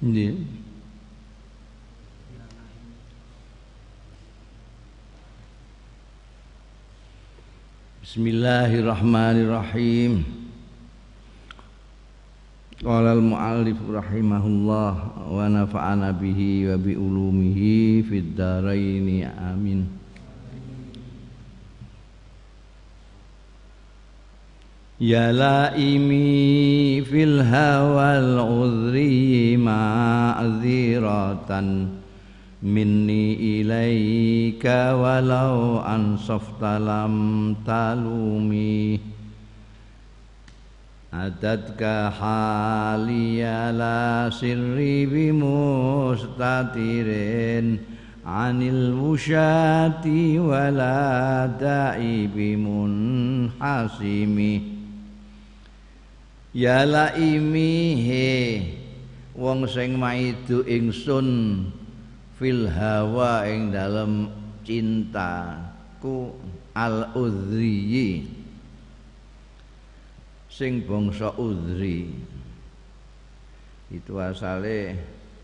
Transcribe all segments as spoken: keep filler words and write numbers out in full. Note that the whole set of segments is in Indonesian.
Nggih. Bismillahirrahmanirrahim. Qala al-mu'allif rahimahullah wa nafa'ana bihi wa bi ulumihi fid dharain amin. Ya laimi fil hawal udhri ma'ziratan minni ilaika walau ansafta lam talumi adatka haliya la sirri bimustatirin anil musyati wala da'i bimunhasimi. Ya laimi he wong sing maidu ingsun fil hawa ing dalem cintaku al udhri sing bangsa udhri itu asale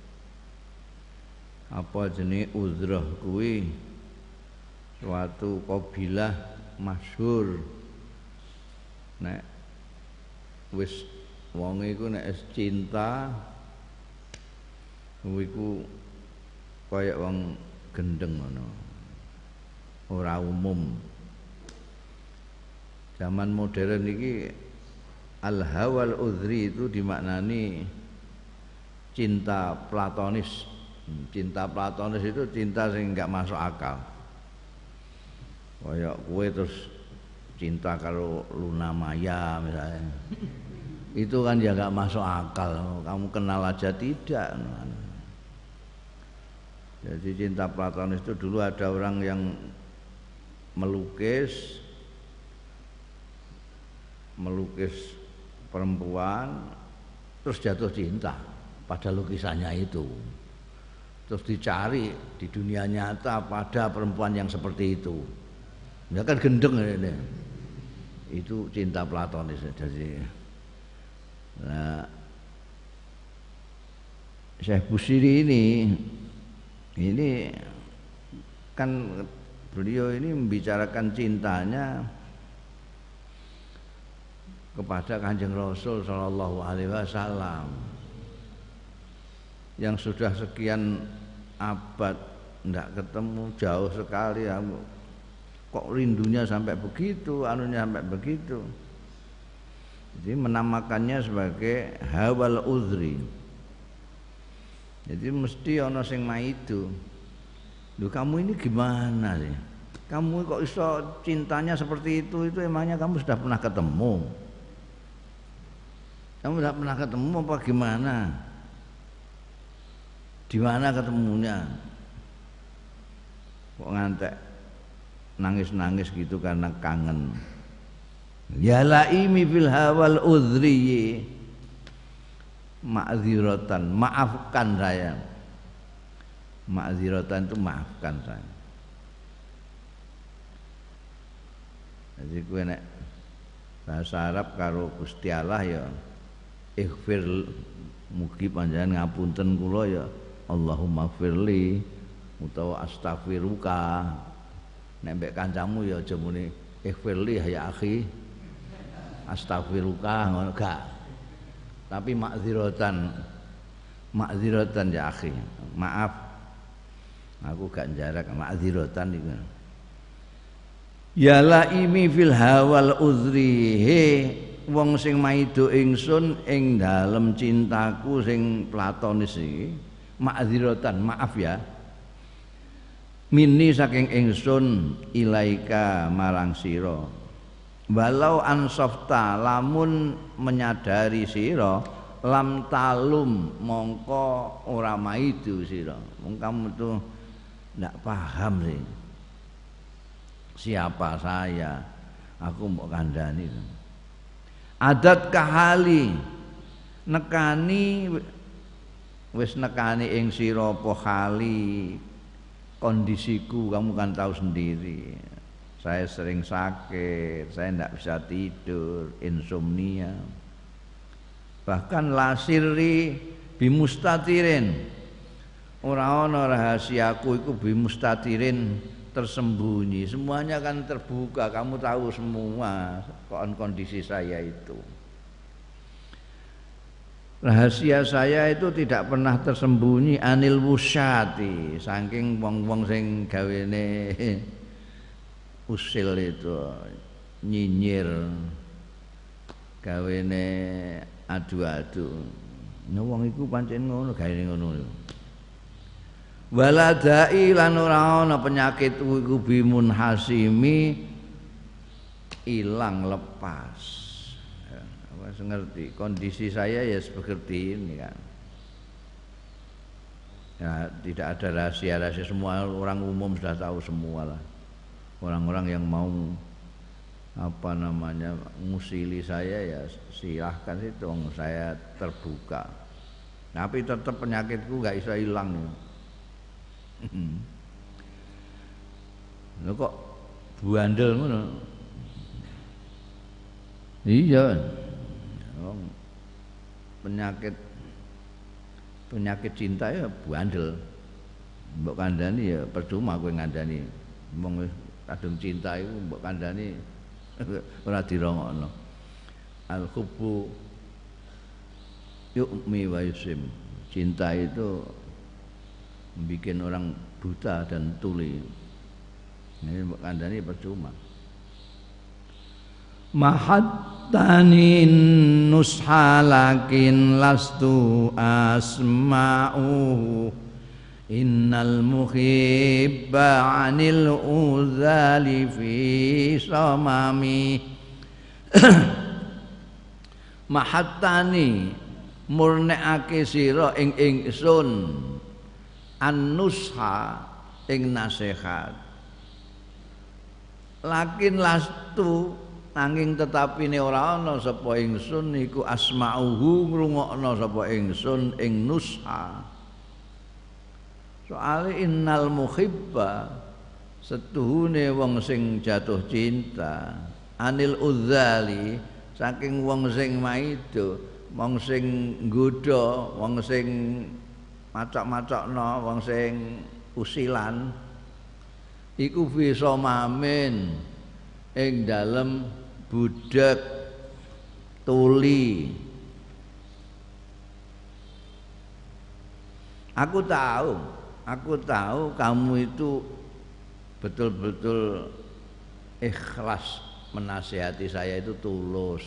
apa jenenge udhrah kuwi suatu kabilah masyhur nek wis wong iku nek cinta iku kaya wong gendeng ngono. Ora umum. Zaman modern iki al-hawal udhri itu dimaknani cinta platonis. Cinta platonis itu cinta sing enggak masuk akal. Kaya kowe terus cinta karo Luna Maya misalnya. Itu kan ya enggak masuk akal. Kamu kenal aja tidak. Jadi cinta platonis itu dulu ada orang yang melukis melukis perempuan terus jatuh cinta pada lukisannya itu. Terus dicari di dunia nyata pada perempuan yang seperti itu. Ya kan gendeng ini. Itu cinta platonis. Jadi nah, Syekh Busiri ini ini kan beliau ini membicarakan cintanya kepada Kanjeng Rasul sallallahu alaihi wasallam yang sudah sekian abad enggak ketemu, jauh sekali ya. Kok rindunya sampai begitu, anunya sampai begitu. Jadi menamakannya sebagai hawal udhri. Jadi mesti ana sing maidu. Lho kamu ini gimana sih? Kamu kok iso cintanya seperti itu? Itu emangnya kamu sudah pernah ketemu? Kamu sudah pernah ketemu apa gimana? Di mana ketemunya? Kok ngantek nangis-nangis gitu karena kangen. Ya laimi fil hawal udhri ma'ziratan, maafkan saya. Ma'ziratan itu maafkan saya. Jadi kowe nek bahasa Arab karo Gusti Allah ya ighfir, mugi panjenengan ngapunten kula ya Allahumma firli utawa astaghfiruka. Nek mbek kancamu ya aja muni ighfirli ya akhi astaghfiruka ngono gak. Tapi makziratan makziratan ya akhi, maaf aku gak jarak makziratan iku. Ya laimi fil hawal udhri he wong sing maido ingsun ing dalem cintaku sing platonis iki makziratan maaf ya minni saking ingsun ilaika marang sira walau ansofta lamun menyadari sira lam talum mongko ora maidu sira. Wong kamu tuh ndak paham sih siapa saya, aku mbok kandhani. Adat kahali nekani wis nekani ing sira apa hali kondisiku, kamu kan tahu sendiri. Saya sering sakit, saya tidak bisa tidur, insomnia. Bahkan lasiri bimustatirin ora ana rahasiaku iku bimustatirin tersembunyi, semuanya kan terbuka, kamu tahu semua kondisi saya itu. Rahasia saya itu tidak pernah tersembunyi anil wusyati, saking wong-wong sing gawene usil itu nyinyir, gawene adu-adu. Nah wong iku pancen ngono gawe ngono. Waladai lan ora ana penyakit iku bimun hasimi ilang lepas. Ya, wis ngerti kondisi saya ya seperti ini kan. Ya tidak ada rahasia-rahasia, semua orang umum sudah tahu semua lah. Orang-orang yang mau apa namanya ngusili saya ya silahkan itu, saya terbuka. Tapi tetap penyakitku nggak bisa hilang. Lho kok buandel ngono? Iya. Penyakit penyakit cinta ya buandel. Mbok kandhani ya percuma kowe ngandani. Wong kadung cinta iku mbok kandhani ora dirongokno. Al hubbu yu'mi wa yusim. Cinta itu bikin orang buta dan tuli. Ini mbok kandhani percuma. Mahattani nushalakin lastu asma'u innal muhibba 'anil uzali fi samami. Mahattani murnekake sira ing ingsun an-nusha ing nasihat. Lakin lastu nanging tetapine ora ana sapa ingsun iku asma'uhu ngrungokno sapa ingsun ing nusha. Soale innal muhibba setuhune wong sing jatuh cinta anil udzali saking wong sing maido, wong sing nggodha, wong sing macok-macokno, wong sing usilan iku bisa mamin ing dalem budak tuli. Aku tahu, aku tahu kamu itu betul-betul ikhlas menasihati saya, itu tulus.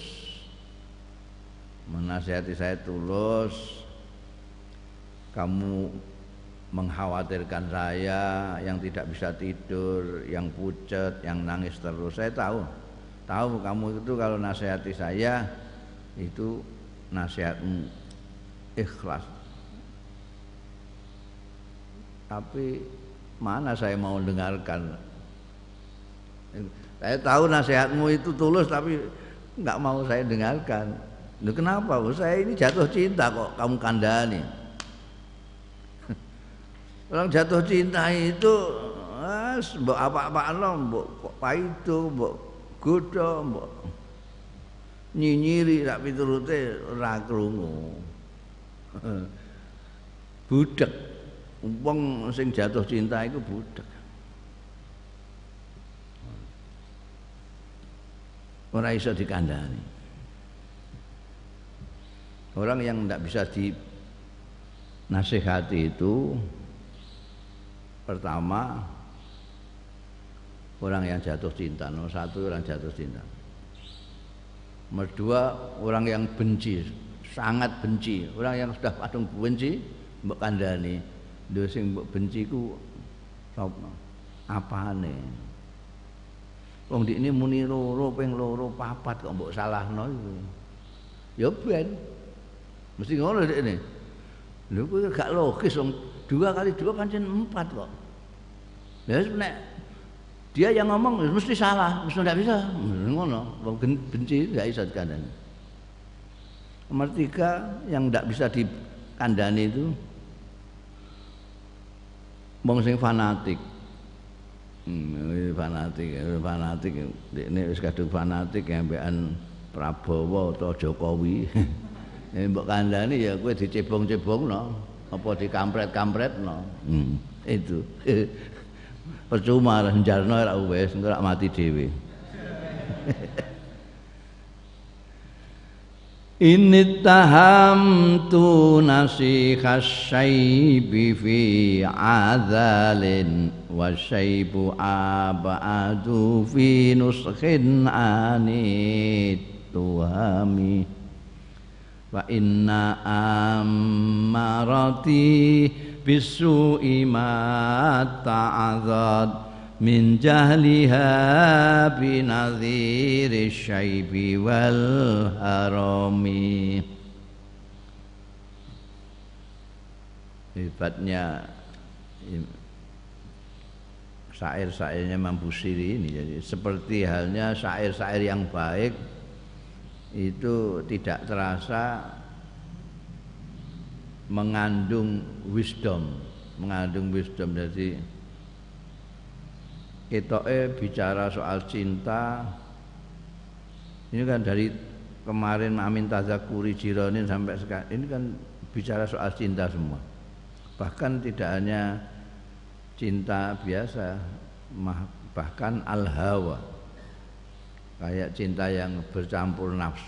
Menasihati saya tulus. Kamu mengkhawatirkan saya yang tidak bisa tidur, yang pucat, yang nangis terus. Saya tahu. Tahu kamu itu kalau nasihati saya itu nasihatmu ikhlas. Tapi mana saya mau dengarkan? Saya tahu nasihatmu itu tulus tapi enggak mau saya dengarkan. Loh kenapa? Saya ini jatuh cinta kok kamu kandhani. Orang jatuh cinta itu ah, mbok apa-apano, mbok paido, mbok godho, mbok nyinyiri sak piturute ora krungu. Budek. Wong sing jatuh cinta iku budek. Ora iso dikandhani. Orang yang tidak bisa dinasihati itu pertama orang yang jatuh cinta, nomor satu orang jatuh cinta. Nomor dua orang yang benci, sangat benci. Orang yang sudah padung benci mbok kandhani. Lho sing mbok benci ku sapa? Apane? Wong ndikne muni loro ping loro papat kok mbok salahno iku. Ya ben. Mesti ngono ndikne. Lho kuwi gak logis wong dua kali dua pancen empat kok. Ya nek dia yang ngomong mesti salah, mesti tidak bisa. Ngono, wong benci tidak bisa dikandani. Nomor tiga yang tidak bisa dikandani itu wong sing fanatik. Hmm, fanatik, fanatik. Ini wis kadung fanatik ambekan Prabowo atau Jokowi. Ya mbok kandhani ya kowe dicebong-cebongno apa dikampret-kampretno. Hmm, itu. Percuma njarno ora wis engko rak mati dhewe. Inni tahamtu nasikhas syaibi fi adzalin wa syaibu abadu fi nuskhin anit tuhami wa inna ammarati bisu'i ma ta'adzad min jahliha binadhiri syaibi wal harami. Hebatnya syair-syairnya Imam Busiri ini, jadi seperti halnya syair-syair yang baik itu tidak terasa mengandung wisdom, mengandung wisdom. Jadi ketoke bicara soal cinta ini kan dari kemarin Amin Tazakuri Jironin sampai sekarang ini kan bicara soal cinta semua, bahkan tidak hanya cinta biasa, bahkan al-hawa, kayak cinta yang bercampur nafsu.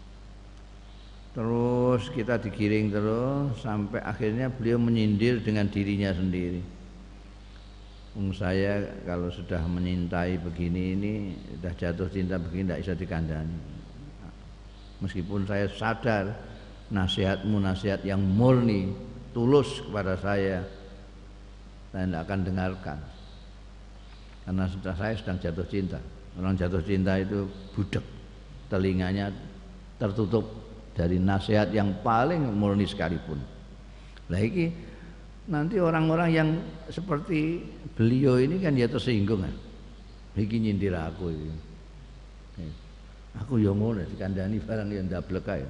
Terus kita digiring terus sampai akhirnya beliau menyindir dengan dirinya sendiri. Um, saya kalau sudah menyintai begini ini, sudah jatuh cinta begini, tidak bisa dikandani. Meskipun saya sadar nasihatmu nasihat yang murni, tulus kepada saya, saya tidak akan dengarkan. Karena sudah saya sedang jatuh cinta. Orang jatuh cinta itu budek, telinganya tertutup dari nasihat yang paling murni sekalipun. Lah iki nanti orang-orang yang seperti beliau ini kan ya tersinggung kan. Iki nyindir aku iki. Aku yo ngono dikandani barang yang ndablek kae.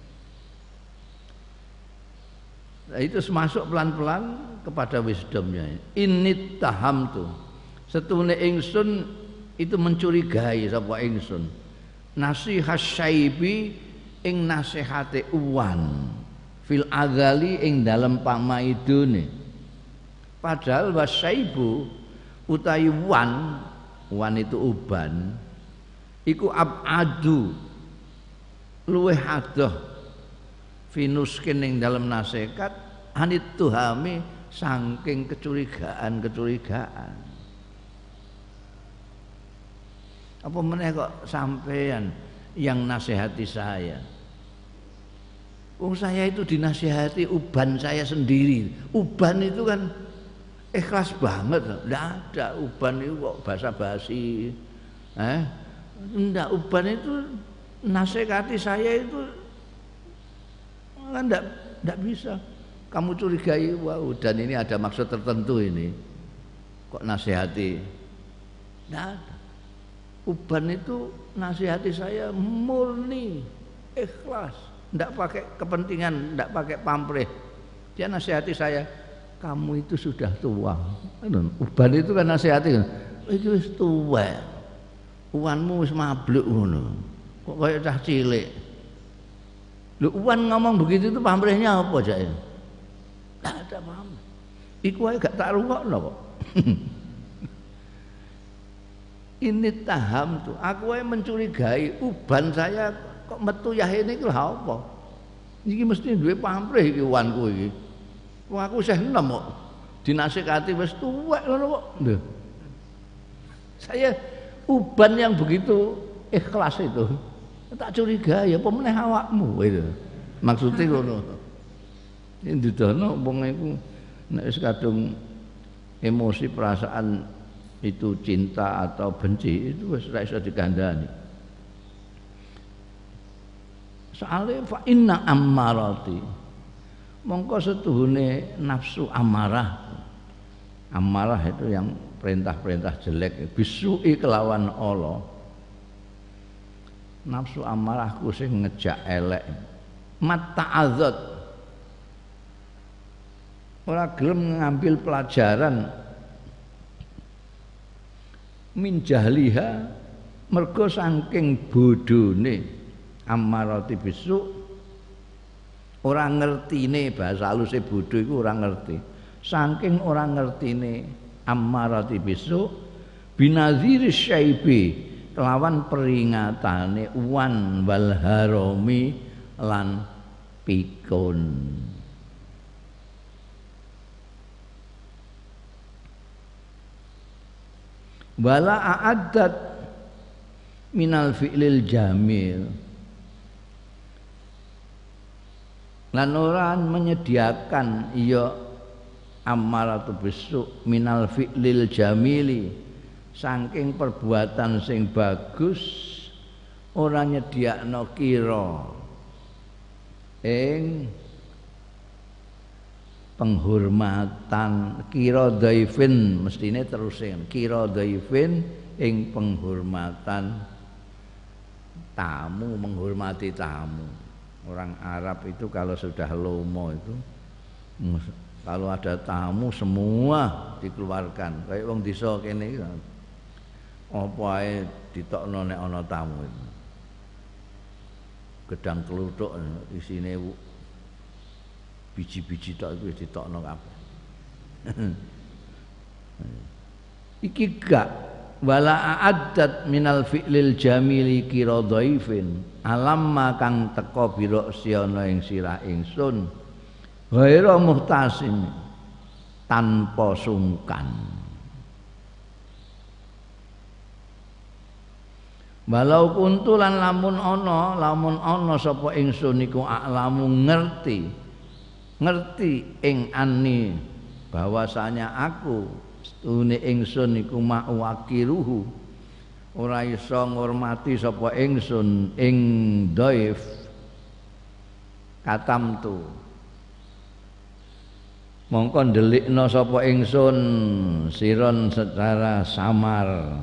Nah, itu masuk pelan-pelan kepada wisdomnya. Inni tahamtu. Setune ingsun itu mencurigai sapa ingsun. Nasihas syaibi ing nasihate uwan. Fil agali ing dalam pamaidune. Padahal wasyaibu utawi wan, wan itu uban, iku abadu luweh adoh finuskin ing dalam nasihat anit tuhami saking kecurigaan-kecurigaan. Apa meneh kok sampean yang nasihati saya? Wong saya itu dinasihati uban saya sendiri. Uban itu kan ikhlas banget. Tidak ada uban itu kok basa-basi. Eh? Enggak, uban itu nasihati saya itu kan enggak, enggak bisa. Kamu curigai, wah udan ini ada maksud tertentu ini. Kok nasihati? Enggak ada. Uban itu nasihati saya murni, ikhlas. Tidak pakai kepentingan, tidak pakai pamrih. Dia nasihati saya, kamu itu sudah tua. Uban itu kan nasihati, itu wis tua. Uwanmu wis mabluk ngono. Kok kayak cah cilik. Lho uwan ngomong begitu itu pamrihnya apa jake? Tidak ada pamrih. Iku ae gak tak rungokno kok. Ini taham tuh. Aku ae mencurigai uban saya kok metu yah ini lha apa? Iki mesti duwe pamrih iki uwanku iki. Wong aku isih enom kok. Dinasihati wis tuwek ngono kok. Lho. Saya uban yang begitu ikhlas itu tak curigai apa meneh awakmu itu. Maksudnya ngono. Yen didono wong iku nek wis kadung emosi perasaan itu cinta atau benci itu wis ora iso dikandani. Soalnya fa inna ammarati mongko setuhune nafsu amarah. Amarah itu yang perintah-perintah jelek, bisu'i kelawan Allah. Nafsu amarahku sing ngejak elek. Mat ta'adzat. Ora gelem ngambil pelajaran min jahliha mergo saking bodhone ammarati bisu ora ngertine bahasa haluse bodho iku ora ngerti. Saking ora ngertine ammarati bisu binaziri syaibi kelawan peringatane wan wal harami lan pikun. Wala a'addat minal fi'lil jamil lan ora menyediakan ya ammaratu bisu minal fi'lil jamili saking perbuatan sing bagus ora nyediakno kira ing penghormatan kira dhaifin mestine teruse kira dhaifin ing penghormatan tamu, menghormati tamu. Orang Arab itu kalau sudah lomo itu kalau ada tamu semua dikeluarkan kayak wong desa kene iki apa ae ditokno nek ana tamu itu gedang kluthuk isine biji-biji tok iku ditokno kabeh. Iki gak wala a'addat minal fi'lil jamili kira dhaifin alamma kang teka biro siana ing sirah ingsun ghaira muhtasim tanpa sungkan. Walau kuntulan lamun ana lamun ana sapa ingsun iku aklamu ngerti ngerti ing ani bahwasanya aku stune ingsun iku ma'wakiruhu ora iso ngurmati sapa ingsun ing dhaif katamtu mongko ndelikna sapa ingsun siron secara samar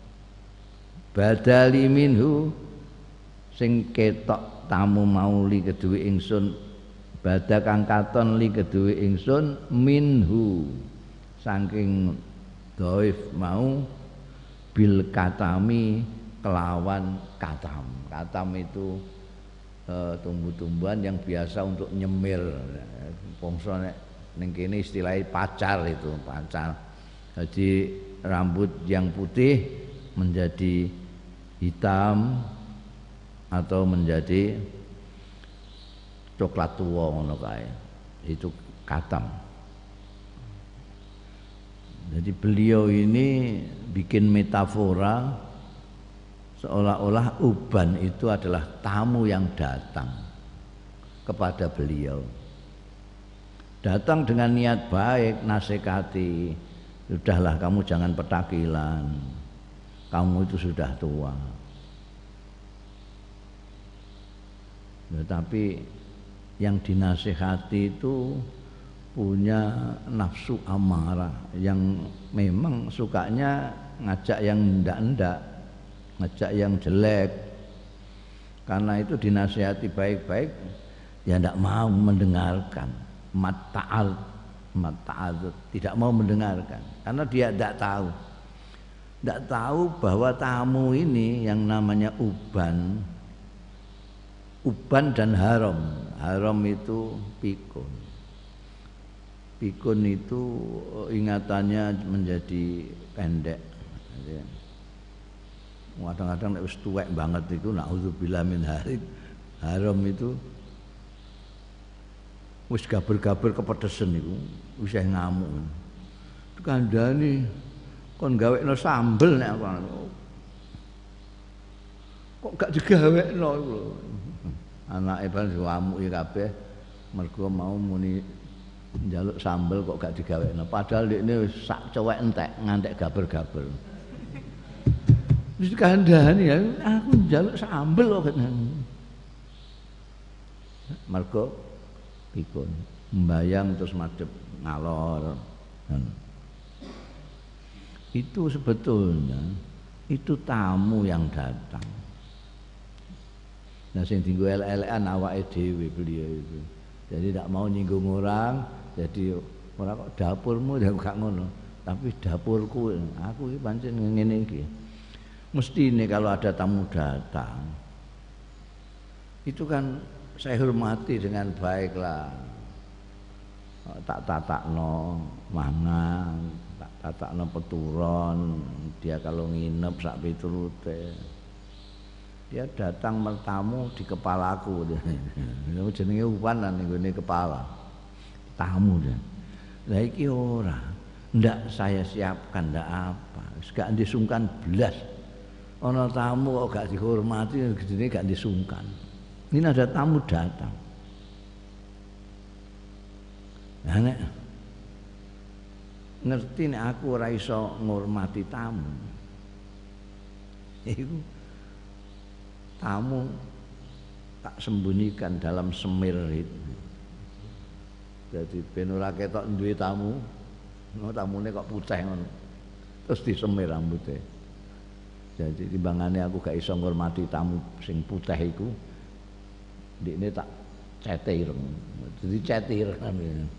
badali minhu sing ketok tamu mauli keduwe ingsun badha kang katon li keduwe ingsun minhu saking dhaif mau bil katami kelawan katam. Katam itu e, tumbuh-tumbuhan yang biasa untuk nyemir. Bangsa nek ning kene istilahnya pacar itu, pacar. Jadi rambut yang putih menjadi hitam atau menjadi coklat tua ngono kae. Itu katam. Jadi beliau ini bikin metafora seolah-olah uban itu adalah tamu yang datang kepada beliau. Datang dengan niat baik, nasihati, sudahlah kamu jangan petakilan, kamu itu sudah tua. Tetapi yang dinasihati itu punya nafsu amarah yang memang sukanya ngajak yang ndak-ndak, ngajak yang jelek. Karena itu dinasihati baik-baik, ya ndak mau mendengarkan. Mata'al, mata'al tidak mau mendengarkan karena dia ndak tahu. Ndak tahu bahwa tamu ini yang namanya uban, uban dan haram. Haram itu pikun. Pikun itu ingatannya menjadi pendek. Kadang-kadang nek wis tuwek banget iku naudzubillah min harim. Haram itu wis gaber-gaber kepedesen iku, wis ngamuk. Kandhani kon gawekno sambel nek aku. Kok gak digawekno iku. Anake ban diwamuki kabeh mergo mau muni njaluk sambel kok gak digawekno padahal dekne wis sak cowek entek ngantek gaber-gaber. Wis kandhani ya aku njaluk sambel kok mergo pikun mbayang terus madhep ngalor. Itu sebetulnya itu tamu yang datang. Nah sing dienggo elek-elekan awake dhewe beliau itu. Jadi tidak mau nyinggung orang, jadi orang kok dapurmu ya gak ngono, tapi dapurku aku iki pancen ngene iki. Mesti ini kalau ada tamu datang itu kan saya hormati dengan baiklah. Tak tatakno mangan, tak tatakno peturon. Dia kalau nginep sak piturute. Dia datang bertamu di kepalaku. Jenenge upan nang nggone kepala. Tamu dia. Lah iki ora. Ndak saya siapkan ndak apa. Wis gak disungkan blas. Ana tamu kok gak dihormati, gedene gak disungkan. Ini ada tamu datang. Nah, nek ngerti nek aku ora iso ngurmati tamu. Iku tamu tak sembunyikan dalam semir itu. Jadi ben ora ketok duwe tamu, no tamune kok putih ngono. Terus disemir rambutnya. Jadi timbangane aku gak iso ngurmati tamu sing putih iku. Ndekne tak cete ireng. Jadi cete ireng.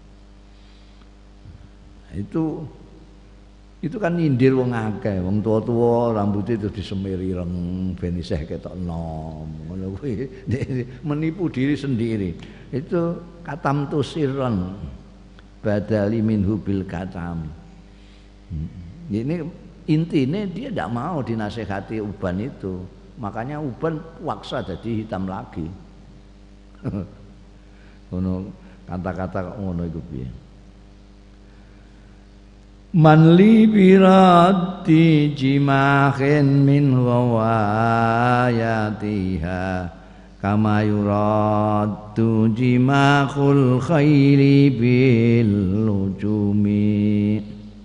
Itu itu kan nyindir wong akeh, wong tua-tua rambutnya itu disemir ireng ben isih ketok enom. Ngono kuwi menipu diri sendiri. Itu katam tu sirron badali minhu bil katam. Ini intinya dia tidak mau dinasehati uban itu, makanya uban waksa jadi hitam lagi. Ngono kata-kata ngono iku piye? Man li birati jimahin min ghawayatiha kama yuraddu jimakhul khairi bil lujumi.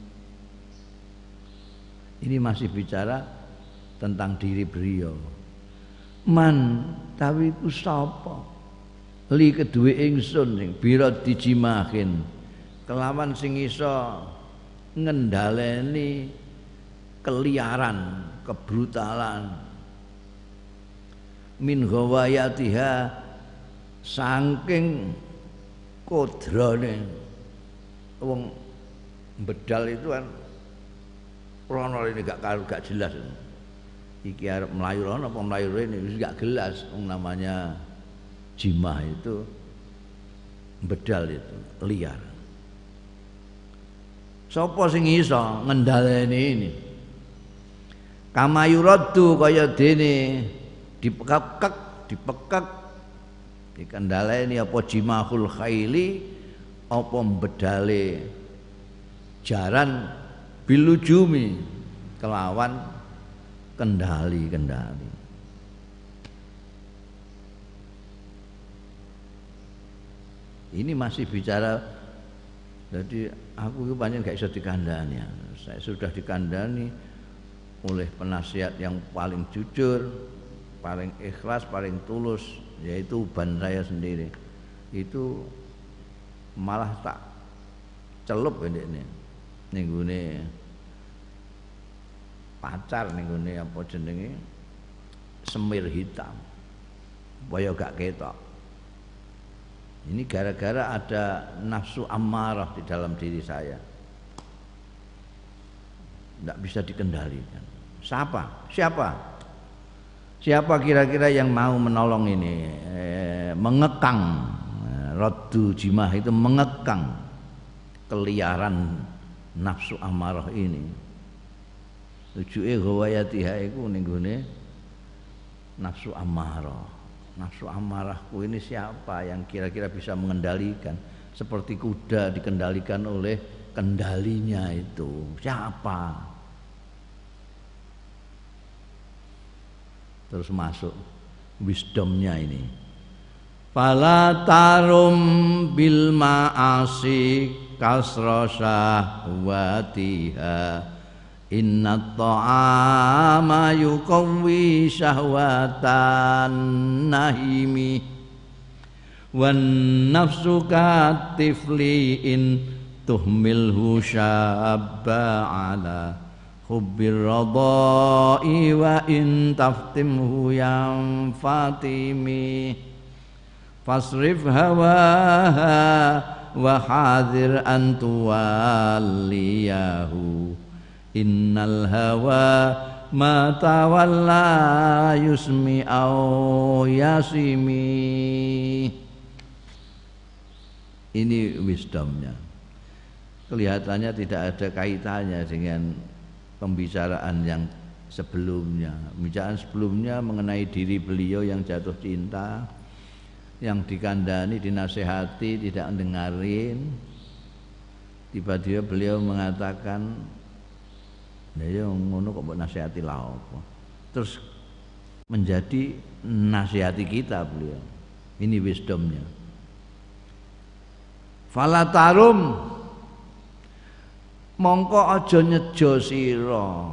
Ini masih bicara tentang diri beliau. Man tawi ku sapa li kedue ingsun sing birati jimahin kelawan sing iso ngendhaleni keliaran, kebrutalan min ghawayatiha saking kodrane wong bedal itu kan rono ini gak gak jelas iki arep melayu rono apa melayu rene wis gak jelas wong namanya jimah itu bedal itu liar. Sapa sing iso ngendhaleni ini? Kama yuraddu kaya dene dipekek, dipekek dikendhaleni apa jimahul khaili apa bedale jaran bilujumi kelawan kendali-kendali. Ini masih bicara. Jadi aku itu banyak gak bisa dikandani. Saya sudah dikandani oleh penasihat yang paling jujur, paling ikhlas, paling tulus, yaitu uban saya sendiri. Itu malah tak celup ini nih, ninggune pacar, ninggune apa jenenge semir hitam, boyo gak ketok. Ini gara-gara ada nafsu ammarah di dalam diri saya. Tidak bisa dikendalikan. Siapa? Siapa? Siapa kira-kira yang mau menolong ini? Eh, mengekang. Raddu jimah itu mengekang keliaran nafsu ammarah ini. Tujuke ghawayatiha iku ning gone nafsu ammarah. Nafsu amarahku ini siapa yang kira-kira bisa mengendalikan seperti kuda dikendalikan oleh kendalinya itu siapa? Terus masuk wisdomnya ini. Fala tarum bil ma'asi kasra syahwatiha inna ta'ama yuqawwi syahwatan nahimi wan nafsu katifli in tuhmilhu syabba ala hubbir radai wa in taftimhu yang fatimi fasrif hawaha wa hadir an tuwalliyahu innal hawa mata walla yusmi au yasimi. Ini wisdomnya. Kelihatannya tidak ada kaitannya dengan pembicaraan yang sebelumnya. Pembicaraan sebelumnya mengenai diri beliau yang jatuh cinta, yang dikandani, dinasehati, tidak dengarin. Tiba-tiba beliau mengatakan, "Ya ngono kok mbok nasihati lha apa?" Terus menjadi nasihati kita beliau. Ini wisdomnya. Fala tarum, mongko aja nyejo sira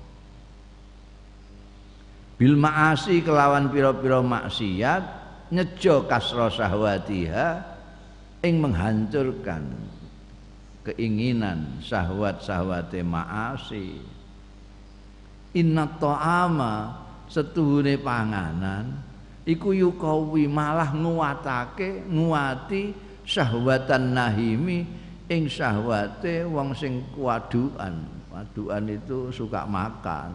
bil maasi kelawan pira-pira maksiat, nyejo kasra syahwatiha ing menghancurkan keinginan syahwat-syahwate maasi. Inna ta'ama setuhune panganan iku yukawi malah nguwatake nguwati syahwatan nahimi ing syahwate wong sing kuwadukan. Wadukan itu suka makan.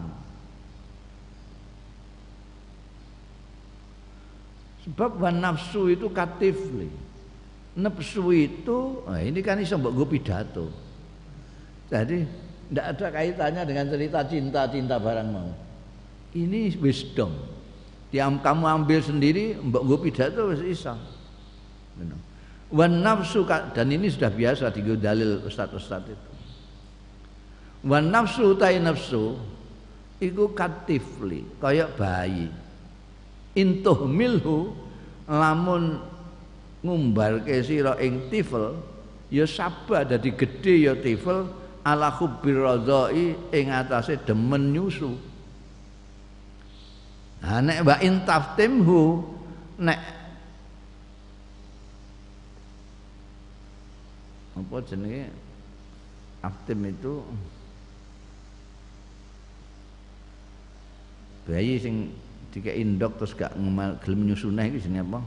Sebab wan nafsu itu katifli. Nafsu itu, nah ini kan iso mbok nggo pidato. Jadi tidak ada kaitannya dengan cerita cinta-cinta barang mau. Ini wisdom. Yang kamu ambil sendiri mbok nggo pidato wis iso. Wan nafsu, dan ini sudah biasa di dalil ustaz-ustaz itu. Wan nafsu tai nafsu iku katifli, kaya bayi. Intuh milhu lamun ngumbarke sira ing tifel ya sabah dadi gedhe ya tifel ala khubbir radai ing atase demen nyusu. Ha nek wa intaftimhu nek apa jenenge aftim itu bayi sing dikek indok terus gak gelem nyusune iki jenenge apa?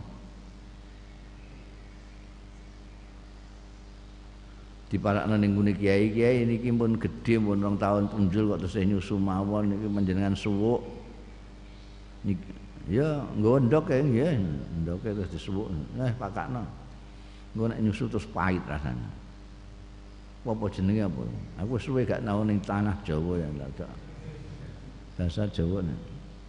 Diparakno ning ngene kiai-kiai niki pun gedhe pun rong taun punjul kok terus nyusu mawon niki panjenengan suwuk. Ya nggo ndok ya nggih, ndoke terus disuwuk. Eh pakakno. Engko nek nyusu terus pahit rasane. Apa jenenge apa? Aku suwe gak tau ning tanah Jawa ya lha. Bahasa Jawa nek.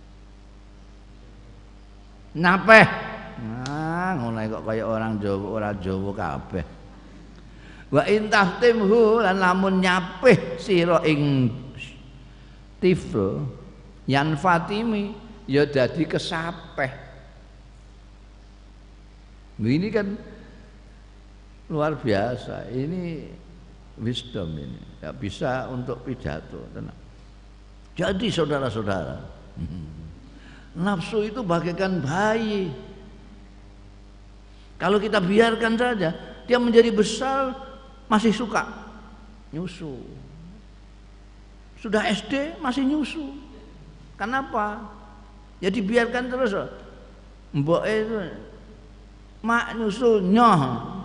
Napeh. Nah, ngono kok kaya orang Jawa, ora Jawa kabeh. Wa intahtimhu lan lamun nyapih sira ing tifl yan fatimi ya dadi kesapeh. Ini kan luar biasa. Ini wisdom ini. Enggak bisa untuk pidato, tenang. Jadi saudara-saudara, nafsu itu bagaikan bayi. Kalau kita biarkan saja, dia menjadi besar masih suka nyusu. Sudah S D masih nyusu. Kenapa? Ya dibiarkan terus. Mbok itu mak nyusu nyoh.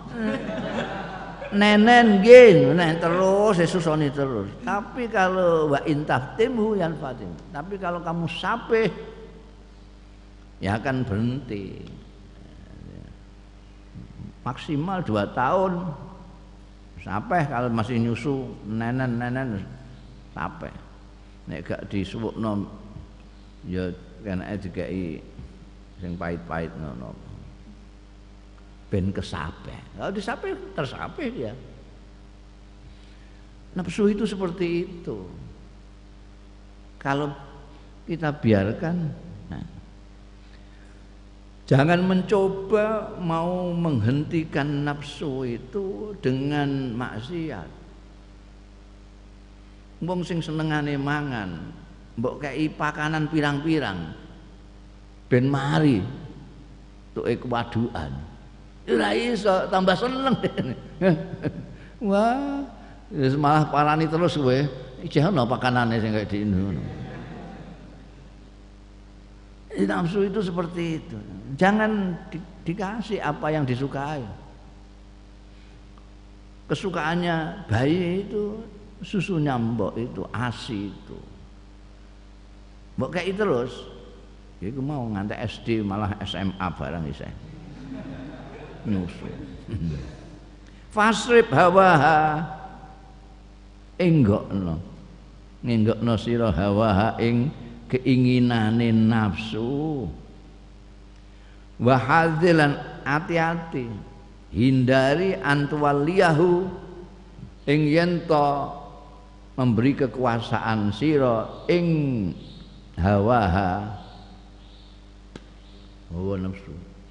Nenen nggih, nek terus sesusoni terus. Tapi kalau wa intaftimhu yan fatim. Tapi kalau kamu sapeh ya akan berhenti. Maksimal dua tahun. Sapeh kalau masih nyusu nenen-nenen sapeh. Nek gak disuwukno ya kenake dikai sing pahit-pahit ngono. Ben kesapeh. Kalau disapeh tersapeh dia. Nafsu itu seperti itu. Kalau kita biarkan, nah, jangan mencoba mau menghentikan nafsu itu dengan maksiat. Wong sing senengane mangan, mbok kei pakanan pirang-pirang, ben mari tuke kewadukan. Ora iso tambah seneng. Wah, malah parani terus kowe. Iki ana pakanane sing kaya di ngono. Nafsu itu seperti itu. Jangan di, dikasih apa yang disukai. Kesukaannya bayi itu susunya mbok itu, A S I itu. Mbok kei terus. Ya iku mau nganti S D malah S M A barang isih. Nyusul. Fasrib hawaha enggokno. Ngenggokno sira hawaha ing keinginane nafsu. Wa hadzilan hati-hati hindari antuwaliyahu ing yen to memberi kekuasaan sira ing hawaha hawa nafsu.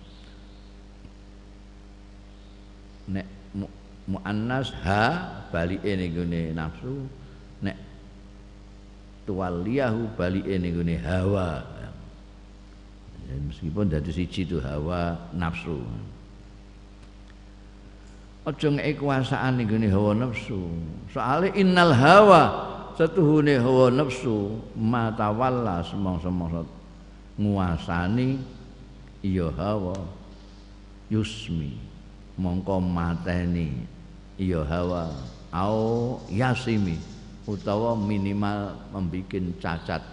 Nek mu, muannas ha balike ning nafsu, nek tuwaliyahu balike ning hawa. Ya, meskipun dari siji itu hawa nafsu. Aja ngeki kuasaan ning hawa nafsu. Soale innal hawa setuhune hawa nafsu matawalla semong-semong nguasani ya hawa yusmi mongko mateni ya hawa au yasimi utawa minimal membikin cacat.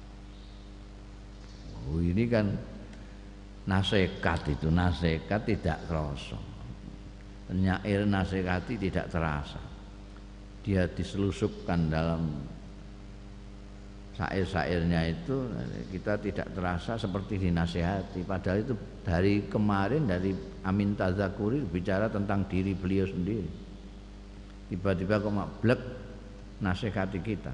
Oh, ini kan nasihat itu, nasihat tidak kerasa. Penyair nasihati tidak terasa. Dia diselusupkan dalam syair-syairnya itu, kita tidak terasa seperti dinasihati. Padahal itu dari kemarin dari Amin Tazakuri bicara tentang diri beliau sendiri. Tiba-tiba kok mak blek nasihati kita.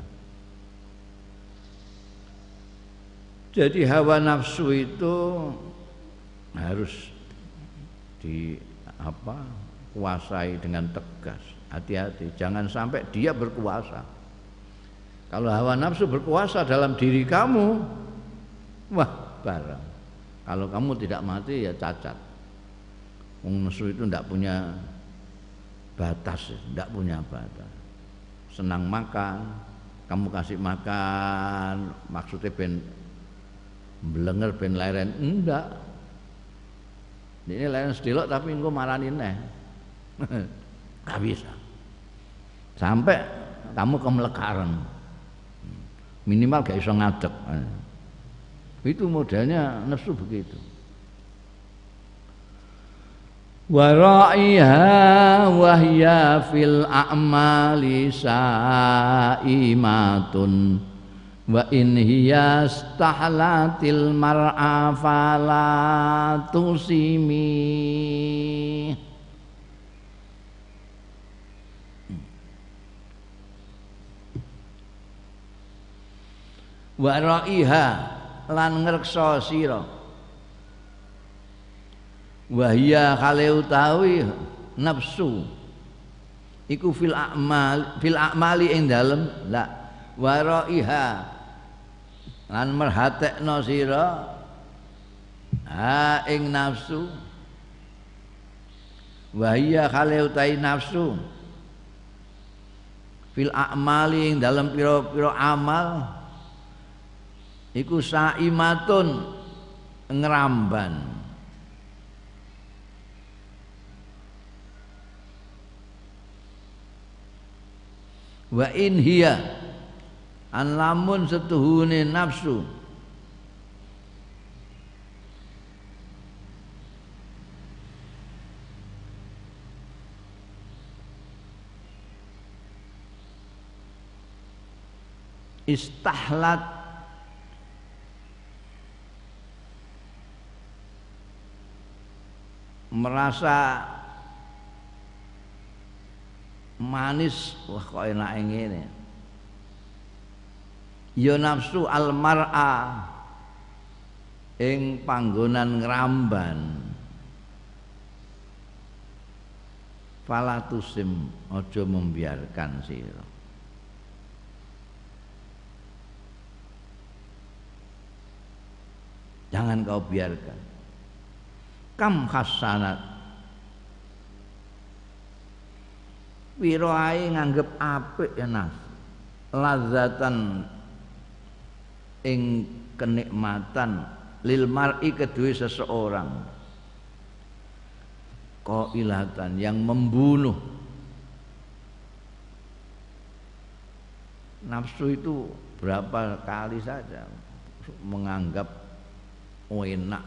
Jadi hawa nafsu itu harus di apa kuasai dengan tegas. Hati-hati, jangan sampai dia berkuasa. Kalau hawa nafsu berkuasa dalam diri kamu, wah barang. Kalau kamu tidak mati ya cacat. Wong nafsu itu tidak punya batas, tidak punya batas. Senang makan, kamu kasih makan, maksudnya ben blenger ben leren, enggak. Ini leren sedelok tapi engko marani neh. Enggak bisa. Sampai kamu kemelekaran. Minimal gak iso ngadeg. Itu modelnya nafsu begitu. Wara'iha wahya fil a'mali sa'imatun wa in hiya stahlatil mar'a fala tusimi. Wa ra'iha lan ngreksa sira wa hiya kale utawi nafsu iku fil a'mal fil a'mali ing dalem la wa ra'iha lan merhatekno sira ha ing nafsu wa hiya kale utawi nafsu fil a'mali ing dalem pira-pira amal iku saimatun ngramban wa in hiya an lamun setuhune nafsu istahlat merasa manis, wah kok enak ngene. Ya nafsu al mar'a ing panggonan ngramban. Fala tusim aja membiarkan sira. Jangan kau biarkan. Kam hasanat piro ae nganggep apik ya nas lazatan ing kenikmatan lil mar'i kedue seseorang qailatan yang membunuh. Nafsu itu berapa kali saja menganggap enak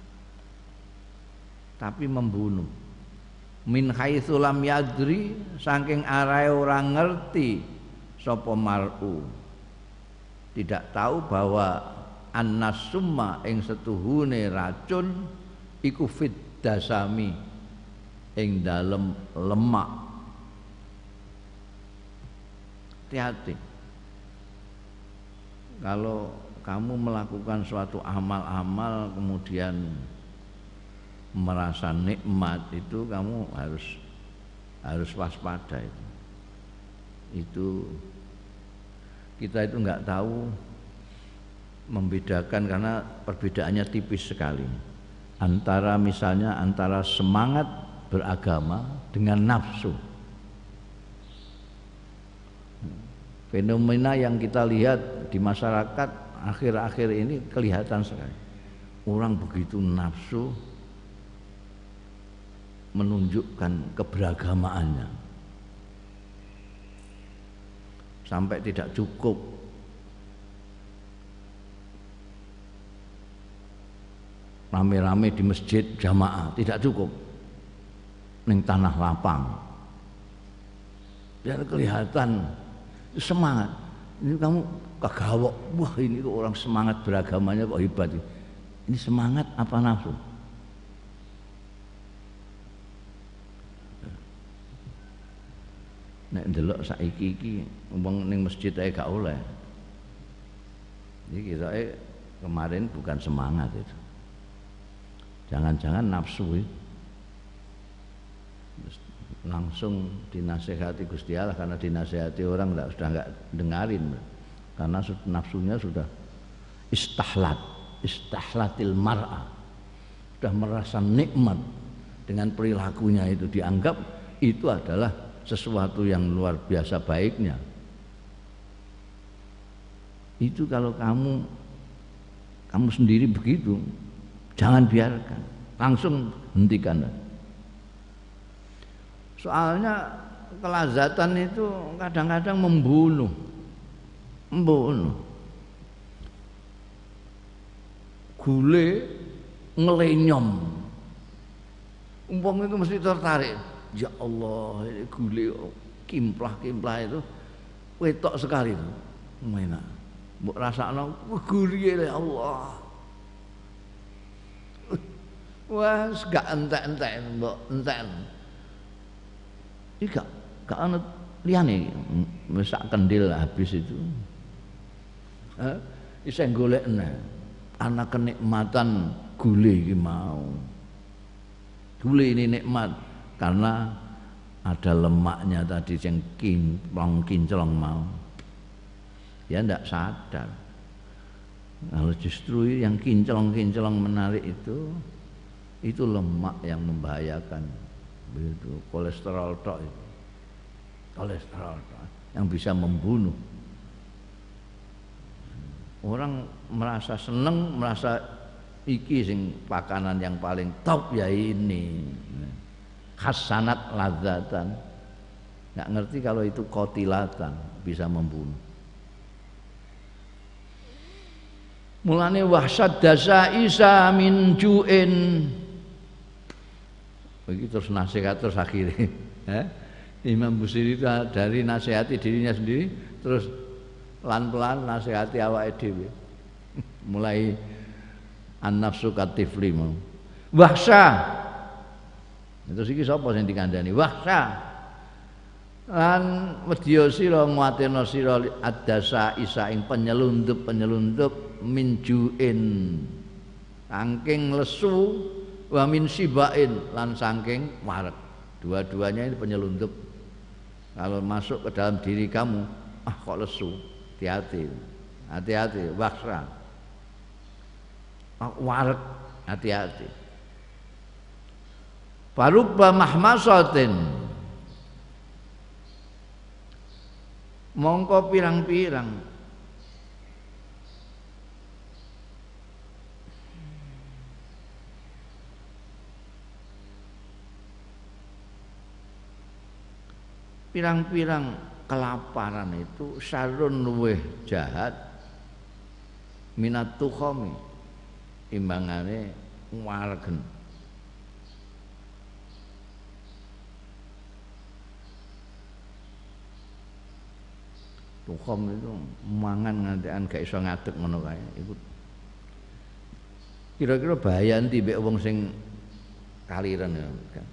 tapi membunuh. Min haitsu lam yadri, saking arahe ora ngerti sapa mar'u, tidak tahu bahwa annasumma ing setuhune racun iku fit dasami ing dalem lemak. Hati-hati kalau kamu melakukan suatu amal-amal kemudian merasa nikmat, itu kamu harus harus waspada. Itu itu kita itu nggak tahu membedakan, karena perbedaannya tipis sekali antara misalnya antara semangat beragama dengan nafsu. Fenomena yang kita lihat di masyarakat akhir-akhir ini kelihatan sekali. Orang begitu nafsu menunjukkan keberagamaannya, sampai tidak cukup rame-rame di masjid jamaah, tidak cukup ning tanah lapang, biar kelihatan semangat. Ini kamu kagawok, wah ini kok orang semangat beragamanya kok hebat. Ini semangat apa nafsu? Nek ndelok saiki iki wong ning masjid ae gak oleh. Iki kira kemarin bukan semangat itu. Jangan-jangan nafsu itu. Langsung dinasehati Gusti Allah, karena dinasehati orang enggak, sudah enggak dengarin, karena nafsunya sudah istahlat, istahlatil mar'ah, sudah merasa nikmat dengan perilakunya itu, dianggap itu adalah sesuatu yang luar biasa baiknya. Itu kalau kamu kamu sendiri begitu, jangan biarkan, langsung hentikan. Soalnya kelazatan itu kadang-kadang membunuh, membunuh. Gule ngelenyom, umpam itu mesti tertarik. Ya Allah, ini gule kimplah-kimplah itu wetok sekali itu, enak. Mbok rasakno gurih ya Allah. Wah, gak entek-entek mbok enten. Iki gak gak ana liyane, wis sak kendil habis itu. Heh, isih golekne ana kenikmatan gule iki mau. Gule ini nikmat karena ada lemaknya tadi yang kinclong kinclong mau. Ya ndak sadar. Kalau justru yang kinclong-kinclong menarik itu itu lemak yang membahayakan. Itu kolesterol tok itu. Kolesterol tok yang bisa membunuh. Orang merasa seneng, merasa iki sing pakanan yang paling top ya ini. Hasanat ladzatan. Enggak ngerti kalau itu kotilatan, bisa membunuh. Mulane wahsad dasa isa min ju'in. Begitu terus nasihat terus akhirnya eh? Imam Busiri itu dari nasihati dirinya sendiri terus pelan-pelan nasihati awake dhewe. Mulai an-nafsu katifli mau. Wahsya. Terus iki sapa sing dikandani? Wahsya. Lan wedya sira nguateno sira ad-dasa isa ing penyelundup-penyelundup minjuin saking lesu wa min sibain lan saking wareg. Dua-duanya ini penyelundup. Kalau masuk ke dalam diri kamu, ah kok lesu, hati-hati, hati-hati, waksa, ah, wareg, hati-hati. Farubba mahmasatin, mongko pirang-pirang pirang-pirang kelaparan itu sarun luweh jahat minat tukhami timbangane waregen. Tukham itu mangan ngantekan gak iso ngadeg ngono kae iku kira-kira bahaya ndi mbek wong sing kaliren ya kan.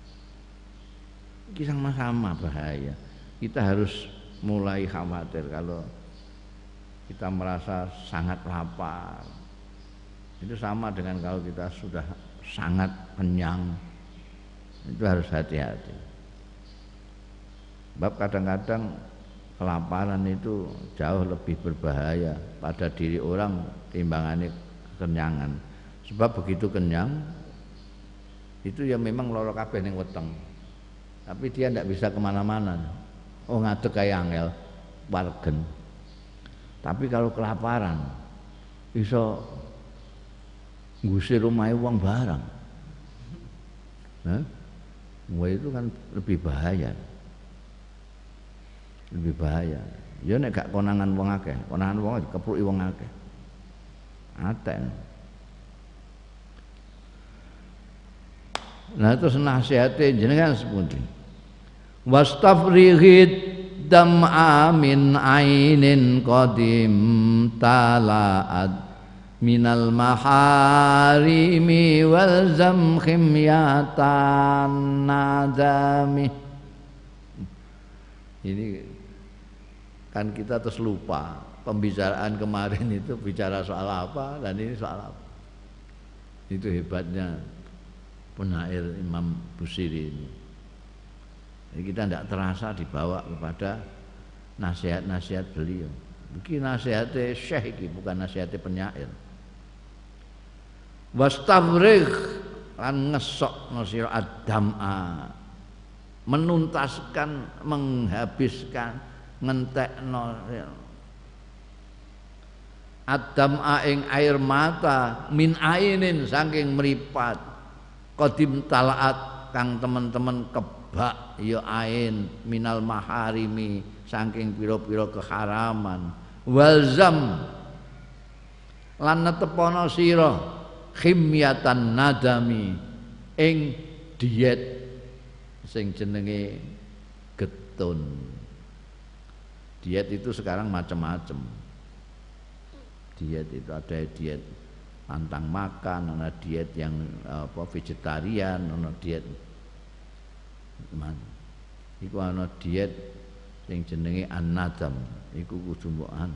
Iki sama-sama bahaya. Kita harus mulai khawatir kalau kita merasa sangat lapar. Itu sama dengan kalau kita sudah sangat kenyang. Itu harus hati-hati. Sebab kadang-kadang kelaparan itu jauh lebih berbahaya pada diri orang timbangannya kekenyangan. Sebab begitu kenyang itu ya memang loro kabeh ning weteng. Tapi dia tidak bisa kemana-mana. Oh ngadeg kaya angel wargen. Tapi kalau kelaparan iso ngusir omahe wong barang. Hah? Wah itu kan lebih bahaya. Lebih bahaya. Ya nek gak konangan wong akeh, konangan wong dikepruki wong akeh. Aten. Nah terus nasihate jenengan sepundi? Wastafrighid dam'a min ainin qadim tala'at minal maharimi wal zamkhim yatan nadami. Ini kan kita terus lupa pembicaraan kemarin itu bicara soal apa dan ini soal apa. Itu hebatnya penyair Imam Busiri ini. Jadi kita tidak terasa dibawa kepada nasihat-nasihat beliau. Mungkin nasihatnya syekh ini, bukan nasihatnya penyair. Wastafrigh lan ngesok ngasira ad-dam'a, menuntaskan, menghabiskan, ngentekno ad-dam'a ing air mata min ainin saking meripat qadim talaat kang teman-teman kebak ya ain minal maharimi saking pira-pira keharaman walzam lan netepono sira khimyatan nadami ing diet sing jenenge getun. Diet itu sekarang macam-macam. Diet itu ada diet pantang makan, ada diet yang apa vegetarian, ada diet mana? Iku ana diet sing jenenge an-nadam, iku kudu mbok an.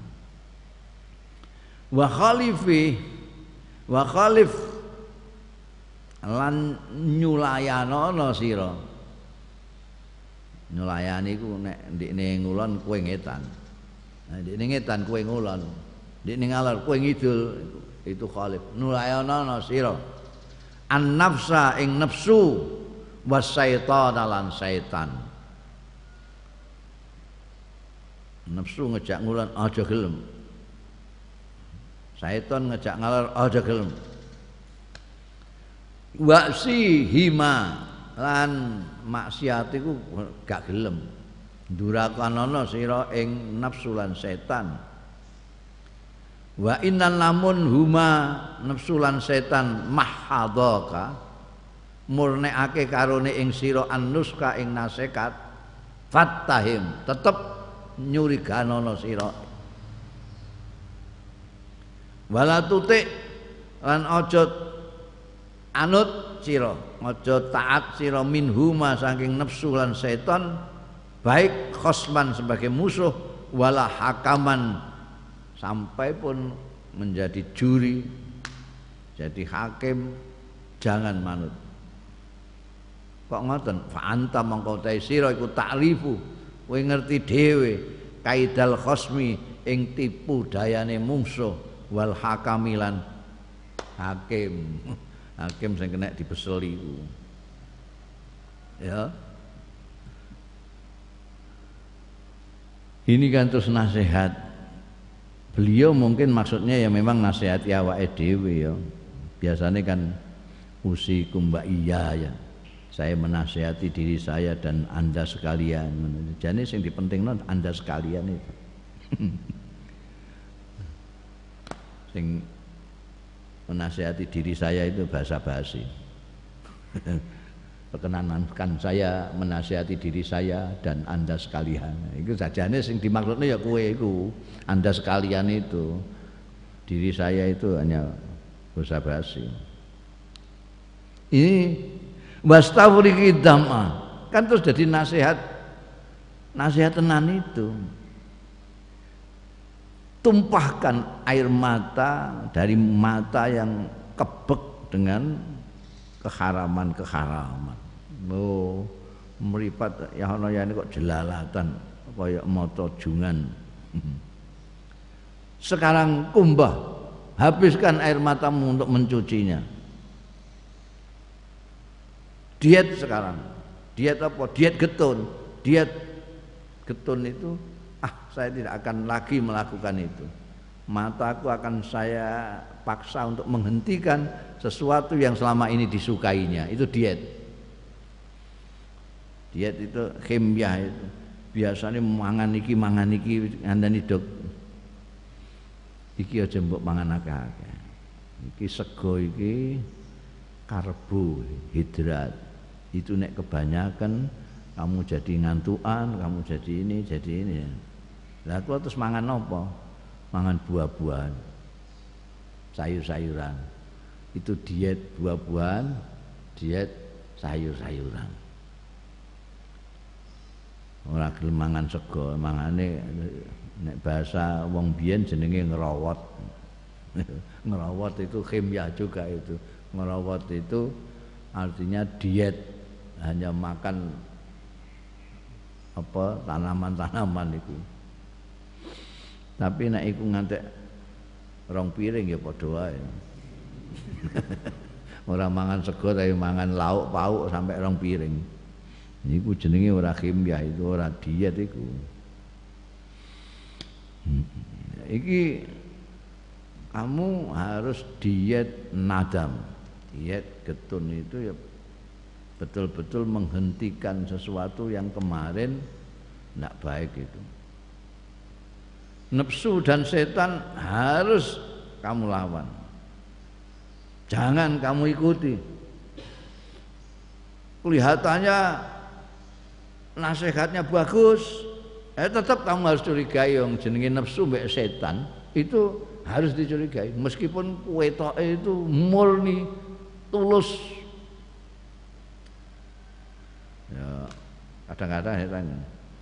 Wa khalifi wa khalif lan nyulayana sira. Nyulayani iku nek ndekne ngulon kowe ngetan. Nah ndekne ngetan kowe ngulon. Ndekne ngalor kowe ngidul itu khalif. Nyulayana sira. An-nafsa ing nafsu wasyaitan lan syaitan. Nafsu ngejak ngulon aja gelem. Syaitan ngejak ngalor aja gelem. Wa'si hima lan maksiat iku gak gelem. Ndurakanana sira ing nafsu lan setan. Wa innan lamun huma nafsu lan setan mahadaka murnekake karone ing sira annuska ing nasihat fattahim tetep nyuriganana sira. Wala tutik lan aja anut sira, aja taat sira minhuma saking nafsu lan setan, baik khosman sebagai musuh wala hakaman sampai pun menjadi juri, jadi hakim, jangan manut. Kok ngoten? Fa anta mangko ta sira iku ta'rifu, kowe ngerti dhewe kaidal khosmi ing tipu dayane musuh wal hakamilan hakim. Hakim sing kena dibeseli iku. Ya. Ini kan terus nasihat. Beliau mungkin maksudnya ya memang nasihati awake dhewe ya. Biasanya kan usikum mbak iya ya. Saya menasihati diri saya dan Anda sekalian. Jadi sing dipentingno Anda sekalian itu. sing menasihati diri saya itu basa-basi. Perkenankan saya menasihati diri saya dan Anda sekalian. Itu sajane sing dimaksudnya ya kowe iku, Anda sekalian itu. Diri saya itu hanya basa-basi. Ini wastafriki dam'a. Kan terus jadi nasihat. Nasihat tenan itu. Tumpahkan air mata dari mata yang kebek dengan keharaman-keharaman. Oh, meripat ya ana ya kok jelalatan kaya mata jungan. Sekarang kumbah, habiskan air matamu untuk mencucinya. Diet sekarang. Diet apa? Diet getun. Diet getun itu ah saya tidak akan lagi melakukan itu. Mataku akan saya paksa untuk menghentikan sesuatu yang selama ini disukainya. Itu diet. Diet itu khimyah itu. Biasanya mangan iki mangan iki ngandani dok. Iki aja mbok mangan akeh-akeh. Iki sego iki karbohidrat. Itu nek kebanyakan kamu jadi ngantukan, kamu jadi ini, jadi ini. Lah aku terus mangan apa? Mangan buah-buahan. Sayur-sayuran. Itu diet buah-buahan, diet sayur-sayuran. Ora gelem mangan sego, mangane nek bahasa wong biyen jenenge ngerawat. Ngerawat itu khimyah juga itu. Ngerawat itu artinya diet, hanya makan apa tanaman-tanaman itu. Tapi nek iku ngantek rong piring ya padha wae. Ora mangan sego tapi mangan lauk pauk sampai rong piring. Iku jenenge ora khimyah, itu ora diet iku. Iki kamu harus diet nadam. Diet getun itu ya betul-betul menghentikan sesuatu yang kemarin tidak baik itu. Nafsu dan setan harus kamu lawan. Jangan kamu ikuti. Kelihatannya nasihatnya bagus, eh tetap kamu harus curigai yang jenenge nafsu mbek setan itu harus dicurigai meskipun wetoke itu murni tulus. Ya, kadang-kadang saya tanya,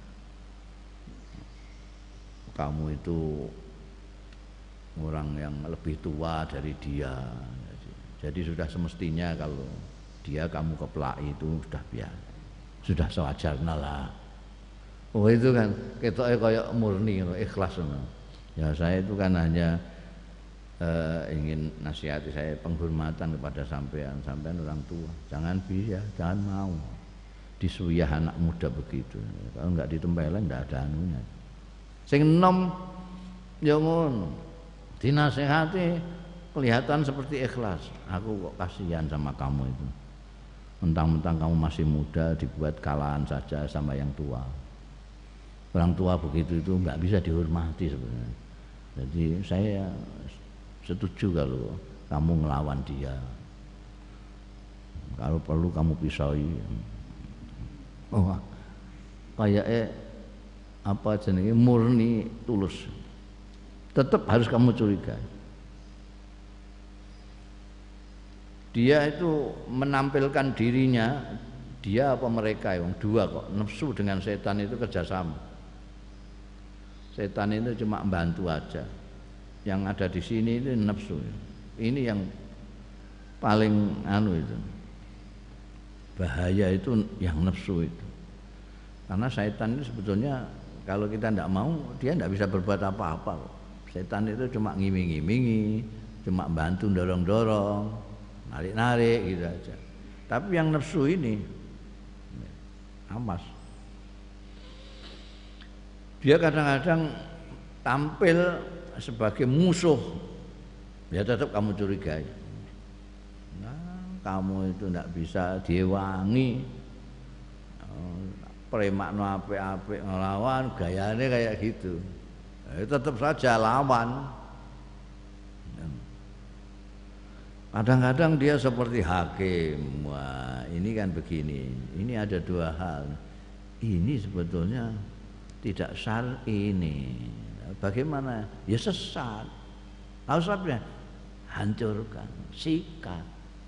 kamu itu orang yang lebih tua dari dia, jadi sudah semestinya kalau dia kamu keplaki itu sudah biasa, sudah sewajarnya lah. Oh itu kan ketoknya kayak murni, ikhlas. Ya saya itu kan hanya uh, ingin nasihati saya penghormatan kepada sampean, sampean orang tua. Jangan bisa, jangan mau disuyah anak muda begitu. Kalau enggak ditempelin enggak ada anunya. Sing enom ya ngono. Dinasihati kelihatan seperti ikhlas. Aku kok kasihan sama kamu itu. Mentang-mentang kamu masih muda dibuat kalaan saja sama yang tua. Orang tua begitu itu enggak bisa dihormati sebenarnya. Jadi saya setuju kalau kamu ngelawan dia. Kalau perlu kamu pisahi. Oh, kayaknya apa jenenge murni tulus. Tetap harus kamu curigai. Dia itu menampilkan dirinya, dia apa mereka yang dua kok. Nafsu dengan setan itu kerjasama. Setan itu cuma membantu aja. Yang ada di sini itu nafsu. Ini yang paling anu itu. Bahaya itu yang nafsu itu. Karena setan itu sebetulnya kalau kita tidak mau dia tidak bisa berbuat apa-apa. Setan itu cuma ngiming-ngimingi, cuma bantu dorong-dorong, narik-narik gitu aja. Tapi yang nafsu ini amas. Dia kadang-kadang tampil sebagai musuh. Ya tetap kamu curigai. Kamu itu tidak bisa diwangi, premakno apik-apik ngelawan, gayanya kayak gitu. Eh, tetap saja lawan. Kadang-kadang dia seperti hakim. Wah, ini kan begini. Ini ada dua hal. Ini sebetulnya tidak syar'i ini. Bagaimana? Ya sesat. Tahu sebabnya? Hancurkan, sikat.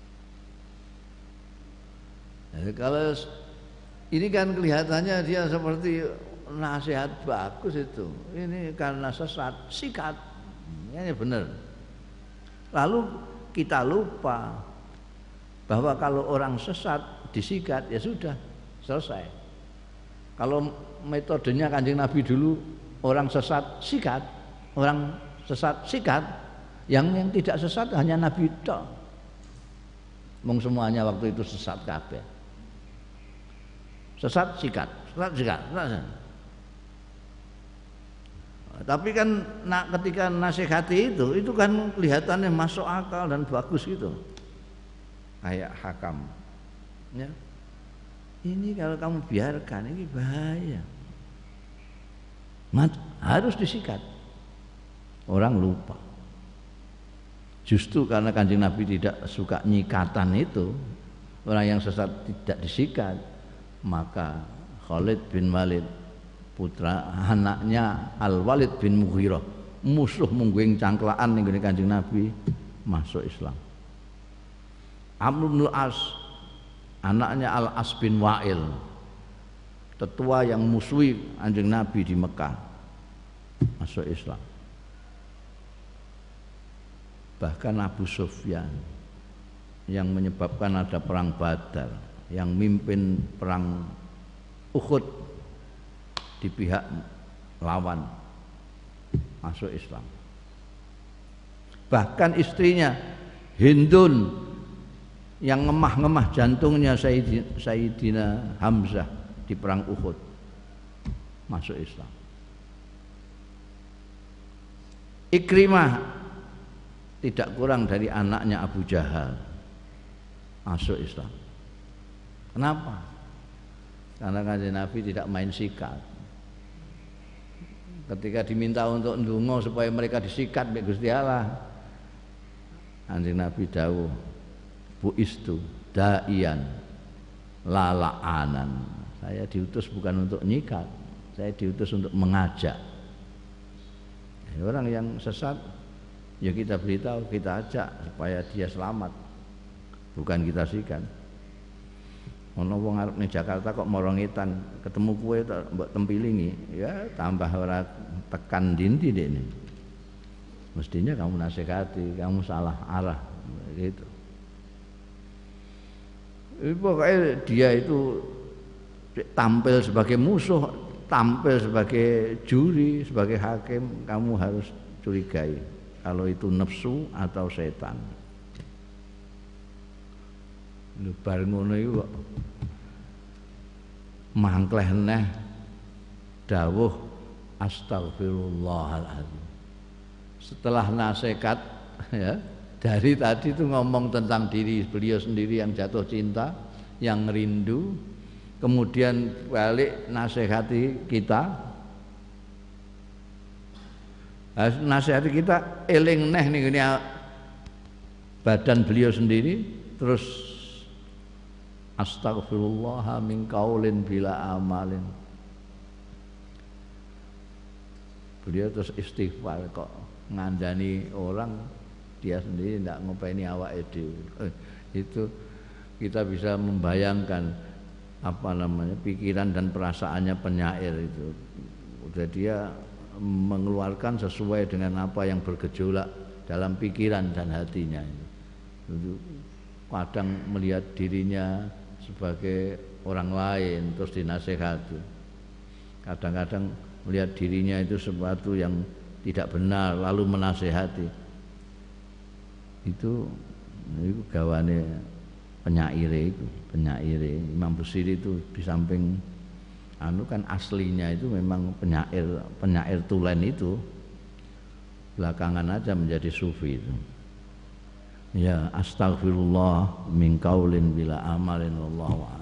Jadi kalau ini kan kelihatannya dia seperti nasihat bagus itu. Ini karena sesat, sikat. Ini benar. Lalu kita lupa bahwa kalau orang sesat disikat ya sudah selesai. Kalau metodenya Kanjeng Nabi dulu orang sesat sikat, orang sesat sikat, yang yang tidak sesat hanya Nabi tok. Mung semuanya waktu itu sesat kabeh. Sesat sikat, sesat sikat. Sesat. Tapi kan nak ketika nasihati itu, itu kan kelihatannya masuk akal dan bagus gitu. Kayak hakam. Ya. Ini kalau kamu biarkan ini bahaya. Mat, harus disikat. Orang lupa. Justru karena Kanjeng Nabi tidak suka nyikatan itu, orang yang sesat tidak disikat, maka Khalid bin Walid putra anaknya Al Walid bin Mughirah, musuh mungguing cangklaan ning Kanjeng Nabi, masuk Islam. Amr bin As, anaknya Al As bin Wa'il, tetua yang musuhi Kanjeng Nabi di Mekah, masuk Islam. Bahkan Abu Sufyan yang menyebabkan ada perang Badar, yang mimpin perang Uhud di pihak lawan, masuk Islam. Bahkan istrinya Hindun yang ngemah-ngemah jantungnya Sayyidina Hamzah di perang Uhud, masuk Islam. Ikrimah tidak kurang dari anaknya Abu Jahal, masuk Islam. Kenapa? Karena Kanjeng Nabi tidak main sikat. Ketika diminta untuk ndonga supaya mereka disikat mbek Gusti Allah, Kanjeng Nabi dawuh, bu istu daian lalaanan. Saya diutus bukan untuk nyikat, saya diutus untuk mengajak. Orang yang sesat ya kita beritahu, kita ajak supaya dia selamat, bukan kita sikat. Ono wong arep ning Jakarta kok morongitan, ketemu kowe tok mbok tempilingi, ya tambah ora tekan ndi-ndi dekne. Mestinya kamu nasihati, kamu salah arah gitu. Pokoknya dia itu tampil sebagai musuh, tampil sebagai juri, sebagai hakim, kamu harus curigai kalau itu nafsu atau setan. Lho bar ngono iku kok mangkleh neh dawuh astagfirullahaladzim. Setelah nasihat ya, dari tadi itu ngomong tentang diri beliau sendiri yang jatuh cinta, yang rindu, kemudian balik nasihati kita. Nasihati kita eling neh ning badan beliau sendiri, terus astagfirullah min qaulin bila amalin. Beliau terus istighfar, kok ngandani orang, dia sendiri tidak ngopeni awake dhewe. Eh, itu kita bisa membayangkan apa namanya pikiran dan perasaannya penyair itu. Udah dia mengeluarkan sesuai dengan apa yang bergejolak dalam pikiran dan hatinya. Itu kadang melihat dirinya sebagai orang lain terus dinasehati, kadang-kadang melihat dirinya itu sesuatu yang tidak benar lalu menasehati. Itu itu gawane penyair itu, penyair Imam Busiri itu di samping anu kan aslinya itu memang penyair penyair tulen itu, belakangan aja menjadi sufi itu. Ya astagfirullah min qaulin bila amalin wallahu a'lam.